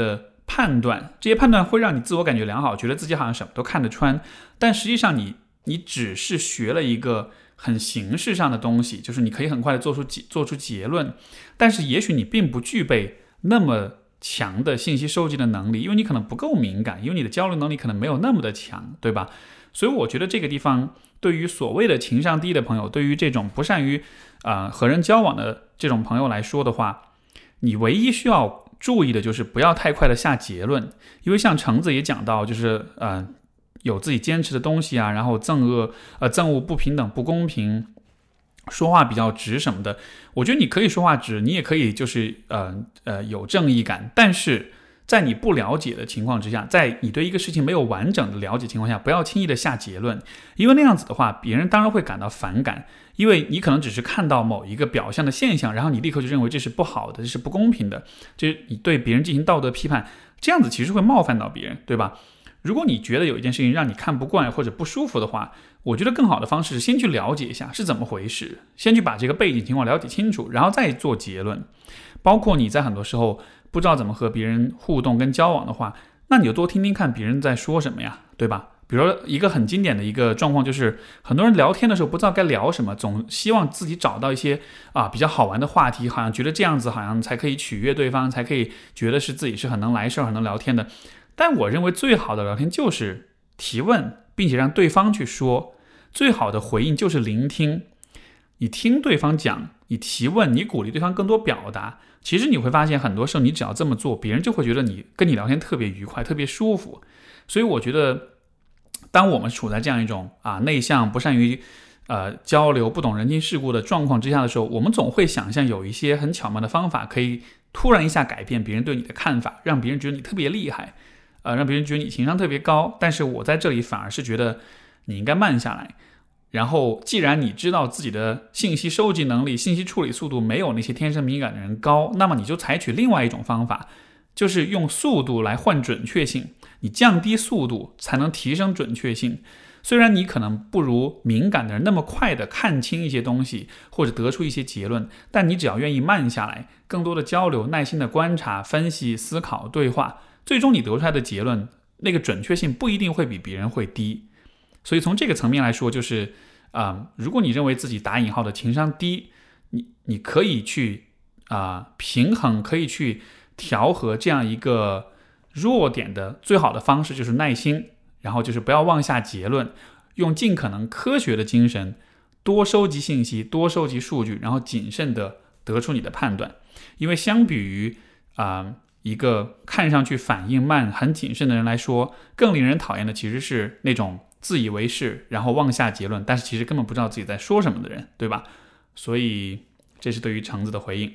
判断，这些判断会让你自我感觉良好，觉得自己好像什么都看得穿，但实际上你只是学了一个很形式上的东西，就是你可以很快的做出结论，但是也许你并不具备那么强的信息收集的能力，因为你可能不够敏感，因为你的交流能力可能没有那么的强，对吧？所以我觉得这个地方对于所谓的情商低的朋友，对于这种不善于和人交往的这种朋友来说的话，你唯一需要注意的就是不要太快的下结论，因为像橙子也讲到，就是有自己坚持的东西啊，然后憎恶不平等不公平，说话比较直什么的。我觉得你可以说话直，你也可以就是有正义感，但是在你不了解的情况之下，在你对一个事情没有完整的了解情况下，不要轻易的下结论，因为那样子的话，别人当然会感到反感，因为你可能只是看到某一个表象的现象，然后你立刻就认为这是不好的，这是不公平的，就是你对别人进行道德批判，这样子其实会冒犯到别人，对吧？如果你觉得有一件事情让你看不惯或者不舒服的话，我觉得更好的方式是先去了解一下是怎么回事，先去把这个背景情况了解清楚，然后再做结论。包括你在很多时候不知道怎么和别人互动跟交往的话，那你就多听听看别人在说什么呀，对吧？比如说一个很经典的一个状况，就是很多人聊天的时候不知道该聊什么，总希望自己找到一些比较好玩的话题，好像觉得这样子好像才可以取悦对方，才可以觉得是自己是很能来事儿、很能聊天的。但我认为最好的聊天就是提问，并且让对方去说。最好的回应就是聆听，你听对方讲，你提问，你鼓励对方更多表达。其实你会发现很多时候你只要这么做，别人就会觉得你跟你聊天特别愉快，特别舒服。所以我觉得当我们处在这样一种内向、不善于交流、不懂人情世故的状况之下的时候，我们总会想象有一些很巧妙的方法可以突然一下改变别人对你的看法，让别人觉得你特别厉害，让别人觉得你情商特别高。但是我在这里反而是觉得你应该慢下来，然后既然你知道自己的信息收集能力、信息处理速度没有那些天生敏感的人高，那么你就采取另外一种方法，就是用速度来换准确性。你降低速度才能提升准确性。虽然你可能不如敏感的人那么快的看清一些东西或者得出一些结论，但你只要愿意慢下来，更多的交流、耐心的观察、分析、思考、对话，最终你得出来的结论那个准确性不一定会比别人会低。所以从这个层面来说，就是如果你认为自己打引号的情商低，你可以去平衡，可以去调和这样一个弱点的最好的方式就是耐心，然后就是不要妄下结论，用尽可能科学的精神多收集信息，多收集数据，然后谨慎的得出你的判断。因为相比于一个看上去反应慢、很谨慎的人来说，更令人讨厌的其实是那种自以为是，然后妄下结论，但是其实根本不知道自己在说什么的人，对吧？所以这是对于橙子的回应。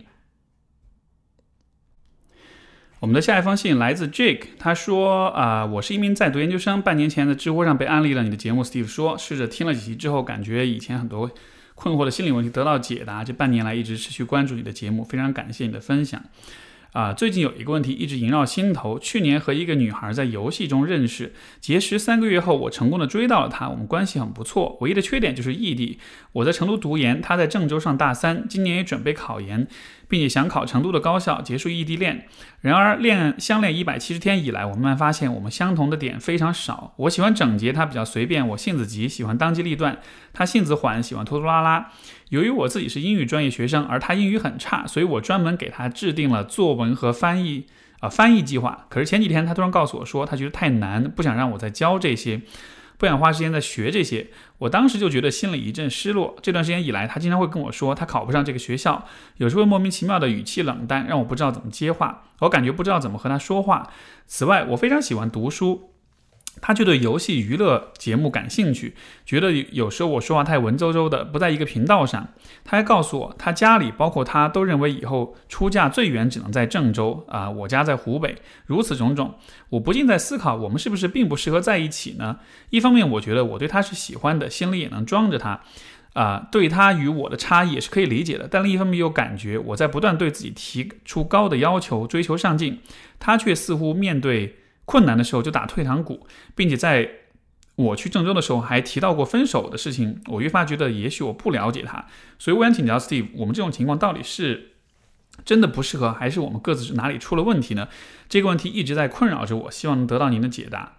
我们的下一封信来自 Jake， 他说我是一名在读研究生，半年前在知乎上被安利了你的节目 Steve 说，试着听了几期之后，感觉以前很多困惑的心理问题得到解答，这半年来一直持续关注你的节目，非常感谢你的分享。最近有一个问题一直萦绕心头，去年和一个女孩在游戏中认识，结识3个月后，我成功的追到了她，我们关系很不错，唯一的缺点就是异地，我在成都读研，她在郑州上大3，今年也准备考研，并且想考成都的高校，结束异地恋。然而相恋170天以来，我慢慢发现我们相同的点非常少，我喜欢整洁，她比较随便，我性子急，喜欢当机立断，她性子缓，喜欢拖拖拉拉。由于我自己是英语专业学生，而他英语很差，所以我专门给他制定了作文和翻译计划。可是前几天他突然告诉我说，他觉得太难，不想让我再教这些，不想花时间再学这些。我当时就觉得心里一阵失落。这段时间以来，他经常会跟我说他考不上这个学校，有时会莫名其妙的语气冷淡，让我不知道怎么接话，我感觉不知道怎么和他说话。此外，我非常喜欢读书，他就对游戏娱乐节目感兴趣，觉得有时候我说话太文绉绉的，不在一个频道上。他还告诉我，他家里包括他都认为以后出嫁最远只能在郑州我家在湖北，如此种种，我不禁在思考，我们是不是并不适合在一起呢？一方面我觉得我对他是喜欢的，心里也能装着他对他与我的差异也是可以理解的，但另一方面又感觉我在不断对自己提出高的要求，追求上进，他却似乎面对困难的时候就打退堂鼓，并且在我去郑州的时候还提到过分手的事情。我越发觉得也许我不了解他，所以我想请教 Steve， 我们这种情况到底是真的不适合，还是我们各自是哪里出了问题呢？这个问题一直在困扰着我，希望能得到您的解答。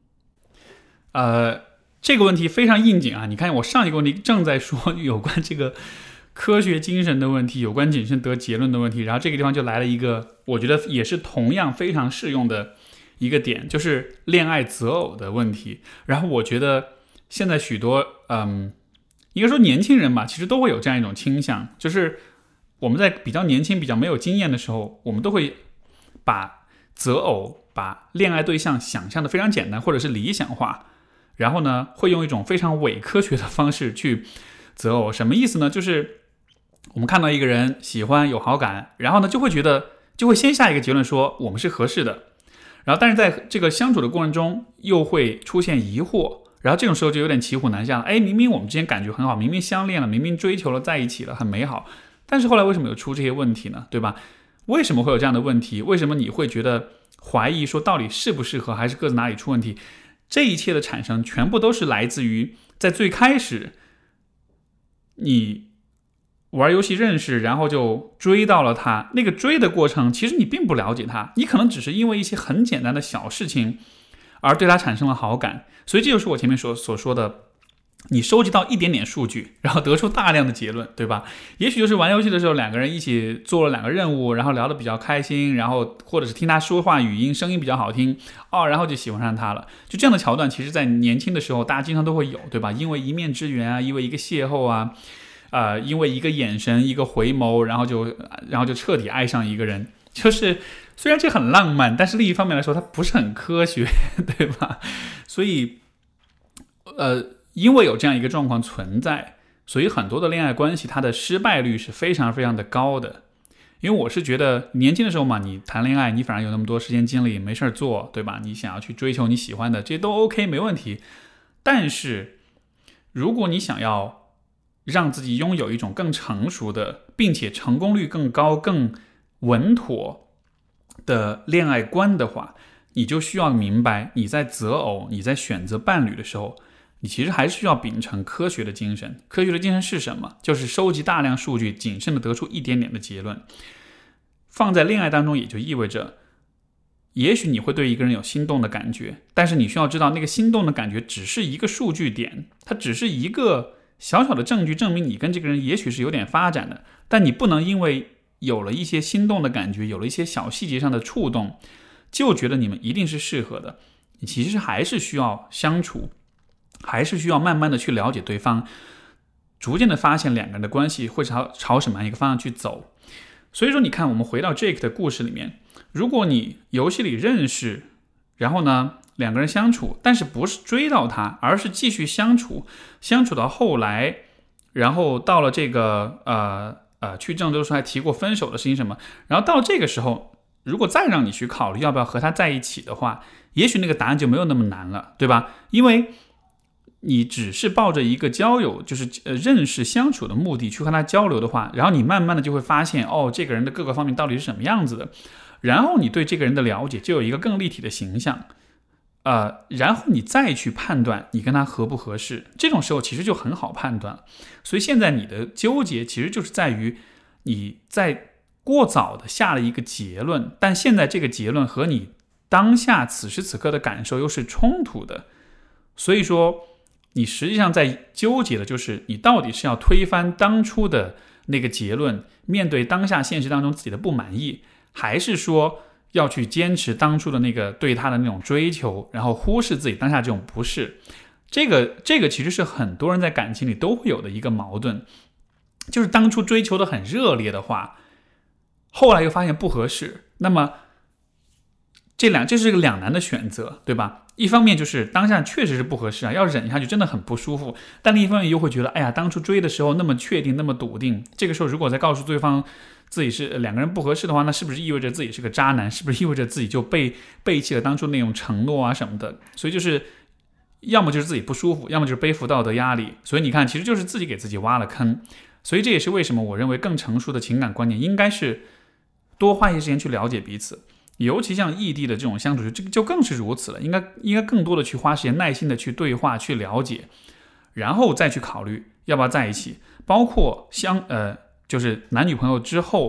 这个问题非常应景啊！你看我上一个问题正在说有关这个科学精神的问题，有关谨慎得结论的问题，然后这个地方就来了一个我觉得也是同样非常适用的一个点，就是恋爱择偶的问题。然后我觉得现在许多应该说年轻人吧，其实都会有这样一种倾向，就是我们在比较年轻比较没有经验的时候，我们都会把择偶把恋爱对象想象的非常简单或者是理想化，然后呢会用一种非常伪科学的方式去择偶。什么意思呢？就是我们看到一个人喜欢有好感，然后呢就会先下一个结论说我们是合适的，然后但是在这个相处的过程中又会出现疑惑，然后这种时候就有点骑虎难下了。明明我们之间感觉很好，明明相恋了，明明追求了，在一起了，很美好，但是后来为什么有出这些问题呢？对吧？为什么会有这样的问题？为什么你会觉得怀疑说到底适不适合，还是各自哪里出问题？这一切的产生全部都是来自于在最开始你玩游戏认识，然后就追到了他，那个追的过程其实你并不了解他，你可能只是因为一些很简单的小事情而对他产生了好感。所以这就是我前面所说的，你收集到一点点数据，然后得出大量的结论，对吧？也许就是玩游戏的时候两个人一起做了2个任务，然后聊得比较开心，然后或者是听他说话语音声音比较好听然后就喜欢上他了。就这样的桥段其实在年轻的时候大家经常都会有，对吧？因为一面之缘啊，因为一个邂逅啊，因为一个眼神一个回眸，然后就彻底爱上一个人。就是虽然这很浪漫，但是另一方面来说它不是很科学，对吧？所以因为有这样一个状况存在，所以很多的恋爱关系它的失败率是非常非常的高的。因为我是觉得年轻的时候嘛，你谈恋爱你反而有那么多时间精力没事做，对吧？你想要去追求你喜欢的，这些都 OK 没问题。但是如果你想要让自己拥有一种更成熟的并且成功率更高更稳妥的恋爱观的话，你就需要明白你在择偶你在选择伴侣的时候，你其实还是需要秉承科学的精神。科学的精神是什么？就是收集大量数据，谨慎的得出一点点的结论。放在恋爱当中也就意味着，也许你会对一个人有心动的感觉，但是你需要知道那个心动的感觉只是一个数据点，它只是一个小小的证据，证明你跟这个人也许是有点发展的。但你不能因为有了一些心动的感觉，有了一些小细节上的触动，就觉得你们一定是适合的。你其实还是需要相处，还是需要慢慢的去了解对方，逐渐的发现两个人的关系会朝什么样一个方向去走。所以说你看，我们回到 Jake 的故事里面，如果你游戏里认识，然后呢两个人相处，但是不是追到他，而是继续相处到后来，然后到了这个去郑州时候还提过分手的事情什么，然后到这个时候如果再让你去考虑要不要和他在一起的话，也许那个答案就没有那么难了，对吧？因为你只是抱着一个交友，就是认识相处的目的去和他交流的话，然后你慢慢的就会发现，这个人的各个方面到底是什么样子的，然后你对这个人的了解就有一个更立体的形象，然后你再去判断你跟他合不合适，这种时候其实就很好判断了。所以现在你的纠结其实就是在于你在过早的下了一个结论，但现在这个结论和你当下此时此刻的感受又是冲突的，所以说你实际上在纠结的就是你到底是要推翻当初的那个结论，面对当下现实当中自己的不满意，还是说要去坚持当初的那个对他的那种追求，然后忽视自己当下这种不适。这个其实是很多人在感情里都会有的一个矛盾，就是当初追求的很热烈的话，后来又发现不合适，那么这是一个两难的选择，对吧？一方面就是当下确实是不合适要忍下去真的很不舒服，但另一方面又会觉得，当初追的时候那么确定那么笃定，这个时候如果再告诉对方自己是两个人不合适的话，那是不是意味着自己是个渣男？是不是意味着自己就背弃了当初那种承诺啊什么的？所以就是要么就是自己不舒服，要么就是背负道德压力。所以你看，其实就是自己给自己挖了坑。所以这也是为什么我认为更成熟的情感观念应该是多花一些时间去了解彼此，尤其像异地的这种相处就更是如此了，应该更多的去花时间耐心的去对话去了解，然后再去考虑要不要在一起，包括就是男女朋友之后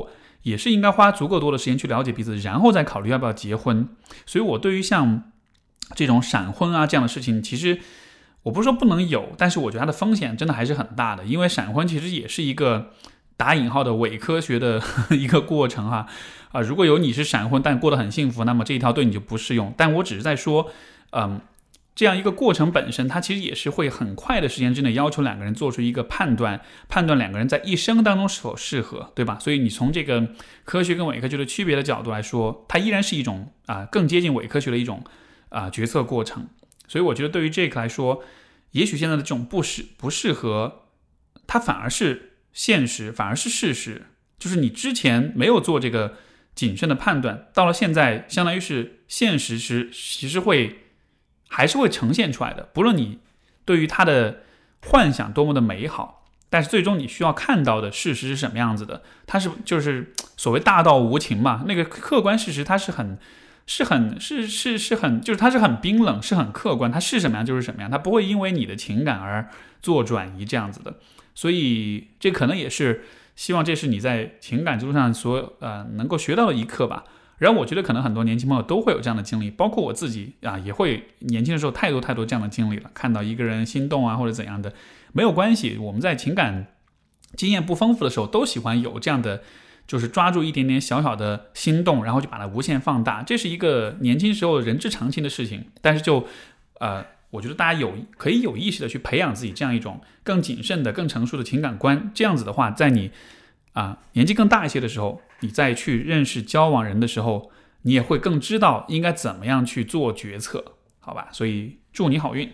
也是应该花足够多的时间去了解彼此，然后再考虑要不要结婚。所以我对于像这种闪婚啊这样的事情，其实我不是说不能有，但是我觉得它的风险真的还是很大的，因为闪婚其实也是一个打引号的伪科学的一个过程哈。如果有你是闪婚但过得很幸福，那么这一条对你就不适用。但我只是在说，这样一个过程本身，它其实也是会很快的时间之内要求两个人做出一个判断两个人在一生当中是否适合，对吧？所以你从这个科学跟伪科学的区别的角度来说，它依然是一种更接近伪科学的一种决策过程。所以我觉得对于这个来说，也许现在的这种不适合，它反而是现实，反而是事实。就是你之前没有做这个谨慎的判断，到了现在相当于是现实其实还是会呈现出来的。不论你对于它的幻想多么的美好，但是最终你需要看到的事实是什么样子的，它就是所谓大道无情嘛。那个客观事实它是很就是它是很冰冷，是很客观，它是什么样就是什么样，它不会因为你的情感而做转移这样子的。所以这可能也是希望这是你在情感之路上能够学到的一课吧。然后我觉得可能很多年轻朋友都会有这样的经历，包括我自己也会年轻的时候太多这样的经历了，看到一个人心动或者怎样的，没有关系，我们在情感经验不丰富的时候都喜欢有这样的，就是抓住一点点小小的心动，然后就把它无限放大，这是一个年轻时候人之常情的事情。但是我觉得大家可以有意识的去培养自己这样一种更谨慎的更成熟的情感观，这样子的话，在你年纪更大一些的时候，你再去认识交往人的时候，你也会更知道应该怎么样去做决策，好吧？所以祝你好运。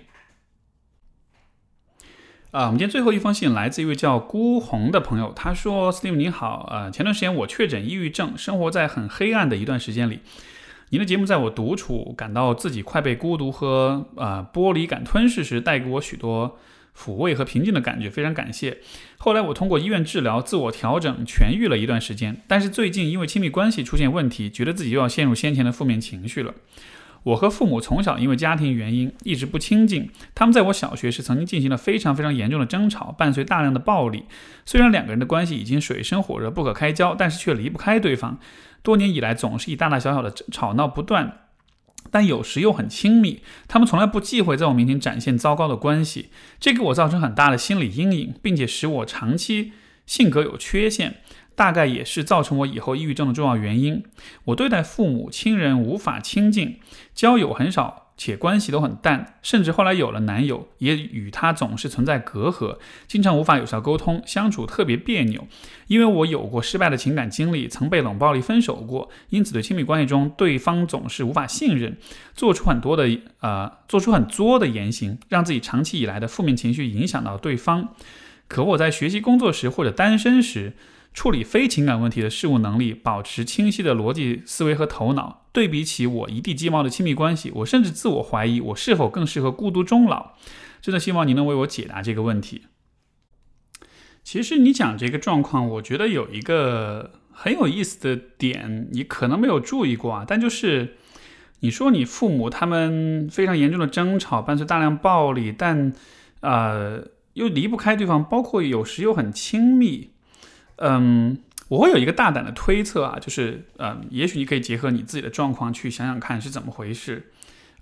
我们今天最后一封信来自一位叫孤红的朋友，他说 Steve 你好，前段时间我确诊抑郁症，生活在很黑暗的一段时间里，您的节目在我独处感到自己快被孤独和剥离感吞噬时，带给我许多抚慰和平静的感觉，非常感谢。后来我通过医院治疗自我调整痊愈了一段时间，但是最近因为亲密关系出现问题，觉得自己又要陷入先前的负面情绪了。我和父母从小因为家庭原因一直不亲近，他们在我小学时曾经进行了非常非常严重的争吵，伴随大量的暴力。虽然两个人的关系已经水深火热不可开交，但是却离不开对方。多年以来总是以大大小小的吵闹不断，但有时又很亲密。他们从来不忌讳在我面前展现糟糕的关系，这给我造成很大的心理阴影，并且使我长期性格有缺陷，大概也是造成我以后抑郁症的重要原因。我对待父母亲人无法亲近，交友很少，且关系都很淡，甚至后来有了男友，也与他总是存在隔阂，经常无法有效沟通，相处特别别扭。因为我有过失败的情感经历，曾被冷暴力分手过，因此对亲密关系中对方总是无法信任，做出很作的言行，让自己长期以来的负面情绪影响到对方。可我在学习工作时或者单身时，处理非情感问题的事物能力，保持清晰的逻辑思维和头脑，对比起我一地鸡毛的亲密关系，我甚至自我怀疑我是否更适合孤独终老。真的希望你能为我解答这个问题。其实你讲这个状况，我觉得有一个很有意思的点，你可能没有注意过但就是你说你父母他们非常严重的争吵，伴随大量暴力，但又离不开对方，包括有时又很亲密。我会有一个大胆的推测就是也许你可以结合你自己的状况去想想看是怎么回事。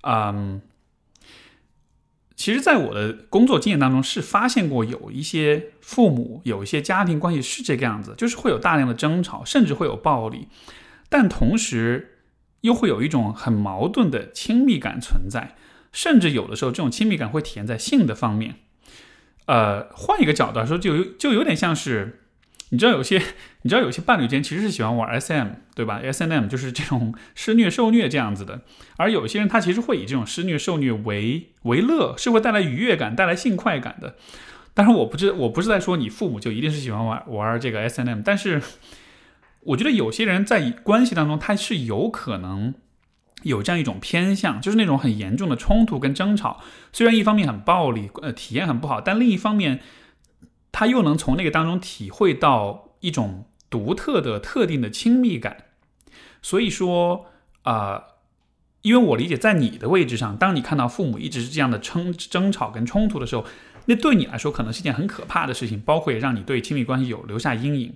其实在我的工作经验当中是发现过有一些父母有一些家庭关系是这个样子，就是会有大量的争吵，甚至会有暴力，但同时又会有一种很矛盾的亲密感存在，甚至有的时候这种亲密感会体现在性的方面。换一个角度来说，就有点像是你知道有些伴侣间其实是喜欢玩 SM， 对吧？ S&M 就是这种施虐受虐这样子的，而有些人他其实会以这种施虐受虐为乐，是会带来愉悦感，带来性快感的。当然我不是在说你父母就一定是喜欢玩这个 S&M， 但是我觉得有些人在关系当中他是有可能有这样一种偏向，就是那种很严重的冲突跟争吵，虽然一方面很暴力，体验很不好，但另一方面他又能从那个当中体会到一种独特的特定的亲密感。所以说因为我理解在你的位置上，当你看到父母一直是这样的争吵跟冲突的时候，那对你来说可能是一件很可怕的事情，包括也让你对亲密关系有留下阴影。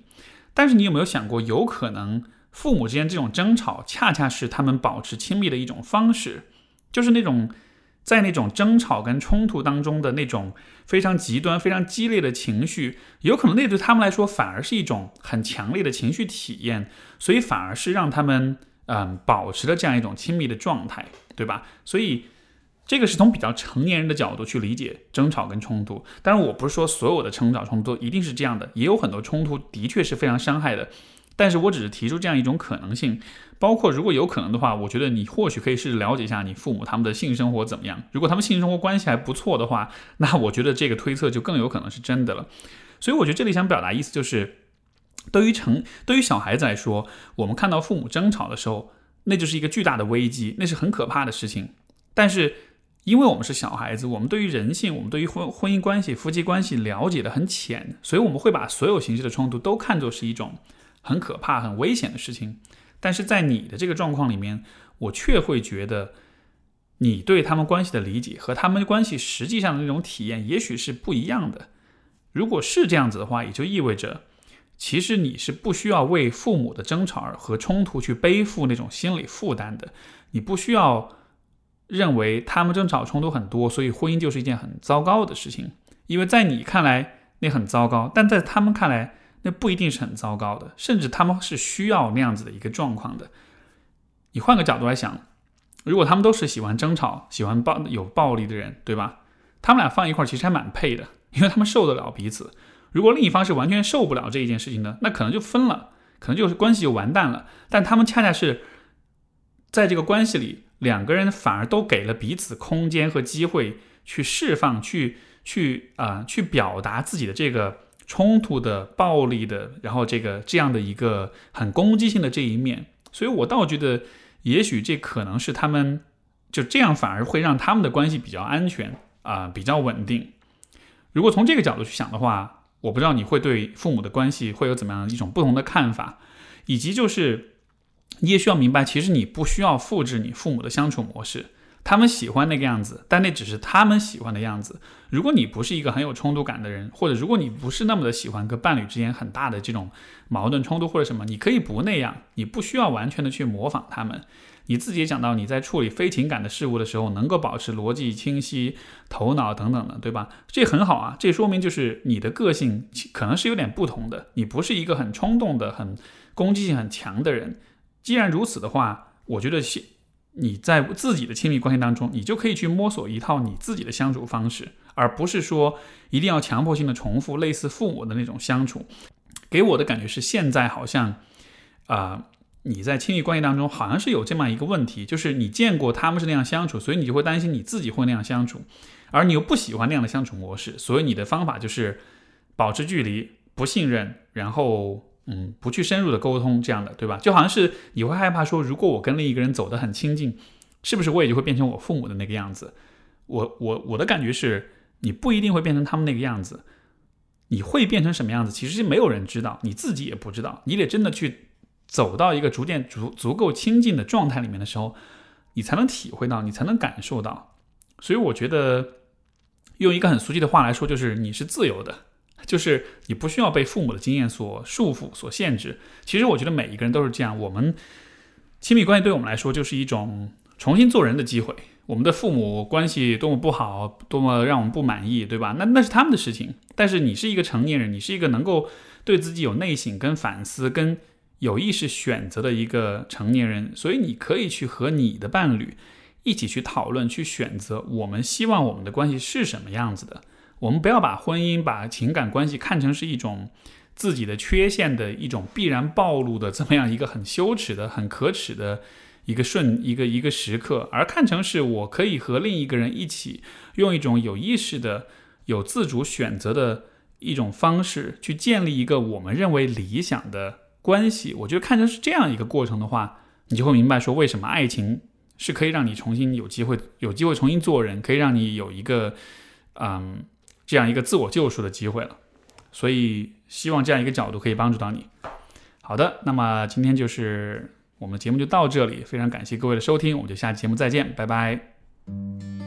但是你有没有想过，有可能父母之间这种争吵恰恰是他们保持亲密的一种方式，就是在那种争吵跟冲突当中的那种非常极端非常激烈的情绪，有可能那对他们来说反而是一种很强烈的情绪体验，所以反而是让他们保持了这样一种亲密的状态，对吧？所以这个是从比较成年人的角度去理解争吵跟冲突。当然我不是说所有的争吵冲突都一定是这样的，也有很多冲突的确是非常伤害的，但是我只是提出这样一种可能性。包括如果有可能的话，我觉得你或许可以试着了解一下你父母他们的性生活怎么样，如果他们性生活关系还不错的话，那我觉得这个推测就更有可能是真的了。所以我觉得这里想表达意思就是，对于小孩子来说，我们看到父母争吵的时候，那就是一个巨大的危机，那是很可怕的事情。但是因为我们是小孩子，我们对于人性，我们对于婚姻关系、夫妻关系了解的很浅，所以我们会把所有形式的冲突都看作是一种很可怕、很危险的事情。但是在你的这个状况里面，我却会觉得你对他们关系的理解和他们关系实际上的那种体验也许是不一样的。如果是这样子的话，也就意味着其实你是不需要为父母的争吵和冲突去背负那种心理负担的，你不需要认为他们争吵冲突很多，所以婚姻就是一件很糟糕的事情。因为在你看来那很糟糕，但在他们看来那不一定是很糟糕的，甚至他们是需要那样子的一个状况的。你换个角度来想，如果他们都是喜欢争吵、喜欢有暴力的人，对吧？他们俩放一块其实还蛮配的，因为他们受得了彼此。如果另一方是完全受不了这一件事情的，那可能就分了，可能就是关系就完蛋了。但他们恰恰是在这个关系里，两个人反而都给了彼此空间和机会去释放、去表达自己的这个冲突的、暴力的，然后这样的一个很攻击性的这一面。所以我倒觉得也许这可能是他们就这样反而会让他们的关系比较安全比较稳定。如果从这个角度去想的话，我不知道你会对父母的关系会有怎么样一种不同的看法，以及就是你也需要明白，其实你不需要复制你父母的相处模式，他们喜欢那个样子，但那只是他们喜欢的样子。如果你不是一个很有冲突感的人，或者如果你不是那么的喜欢跟伴侣之间很大的这种矛盾冲突或者什么，你可以不那样，你不需要完全的去模仿他们。你自己也讲到，你在处理非情感的事物的时候，能够保持逻辑清晰、头脑等等的，对吧？这很好啊，这说明就是你的个性可能是有点不同的，你不是一个很冲动的、很攻击性很强的人。既然如此的话，我觉得你在自己的亲密关系当中，你就可以去摸索一套你自己的相处方式，而不是说一定要强迫性的重复类似父母的那种相处。给我的感觉是，现在好像你在亲密关系当中好像是有这么一个问题，就是你见过他们是那样相处，所以你就会担心你自己会那样相处，而你又不喜欢那样的相处模式，所以你的方法就是保持距离、不信任，然后不去深入的沟通，这样的，对吧？就好像是你会害怕说，如果我跟另一个人走得很亲近，是不是我也就会变成我父母的那个样子？我的感觉是，你不一定会变成他们那个样子，你会变成什么样子，其实没有人知道，你自己也不知道，你得真的去走到一个逐渐足够亲近的状态里面的时候，你才能体会到，你才能感受到。所以我觉得用一个很俗气的话来说，就是你是自由的，就是你不需要被父母的经验所束缚、所限制。其实我觉得每一个人都是这样，我们亲密关系对我们来说就是一种重新做人的机会。我们的父母关系多么不好，多么让我们不满意，对吧？那是他们的事情。但是你是一个成年人，你是一个能够对自己有内省跟反思跟有意识选择的一个成年人，所以你可以去和你的伴侣一起去讨论，去选择我们希望我们的关系是什么样子的。我们不要把婚姻、把情感关系看成是一种自己的缺陷的一种必然暴露的这么样一个很羞耻的、很可耻的一个时刻，而看成是我可以和另一个人一起用一种有意识的、有自主选择的一种方式去建立一个我们认为理想的关系。我觉得看成是这样一个过程的话，你就会明白说为什么爱情是可以让你重新有机会重新做人，可以让你有一个这样一个自我救赎的机会了。所以希望这样一个角度可以帮助到你。好的，那么今天就是我们的节目就到这里，非常感谢各位的收听，我们就下期节目再见，拜拜。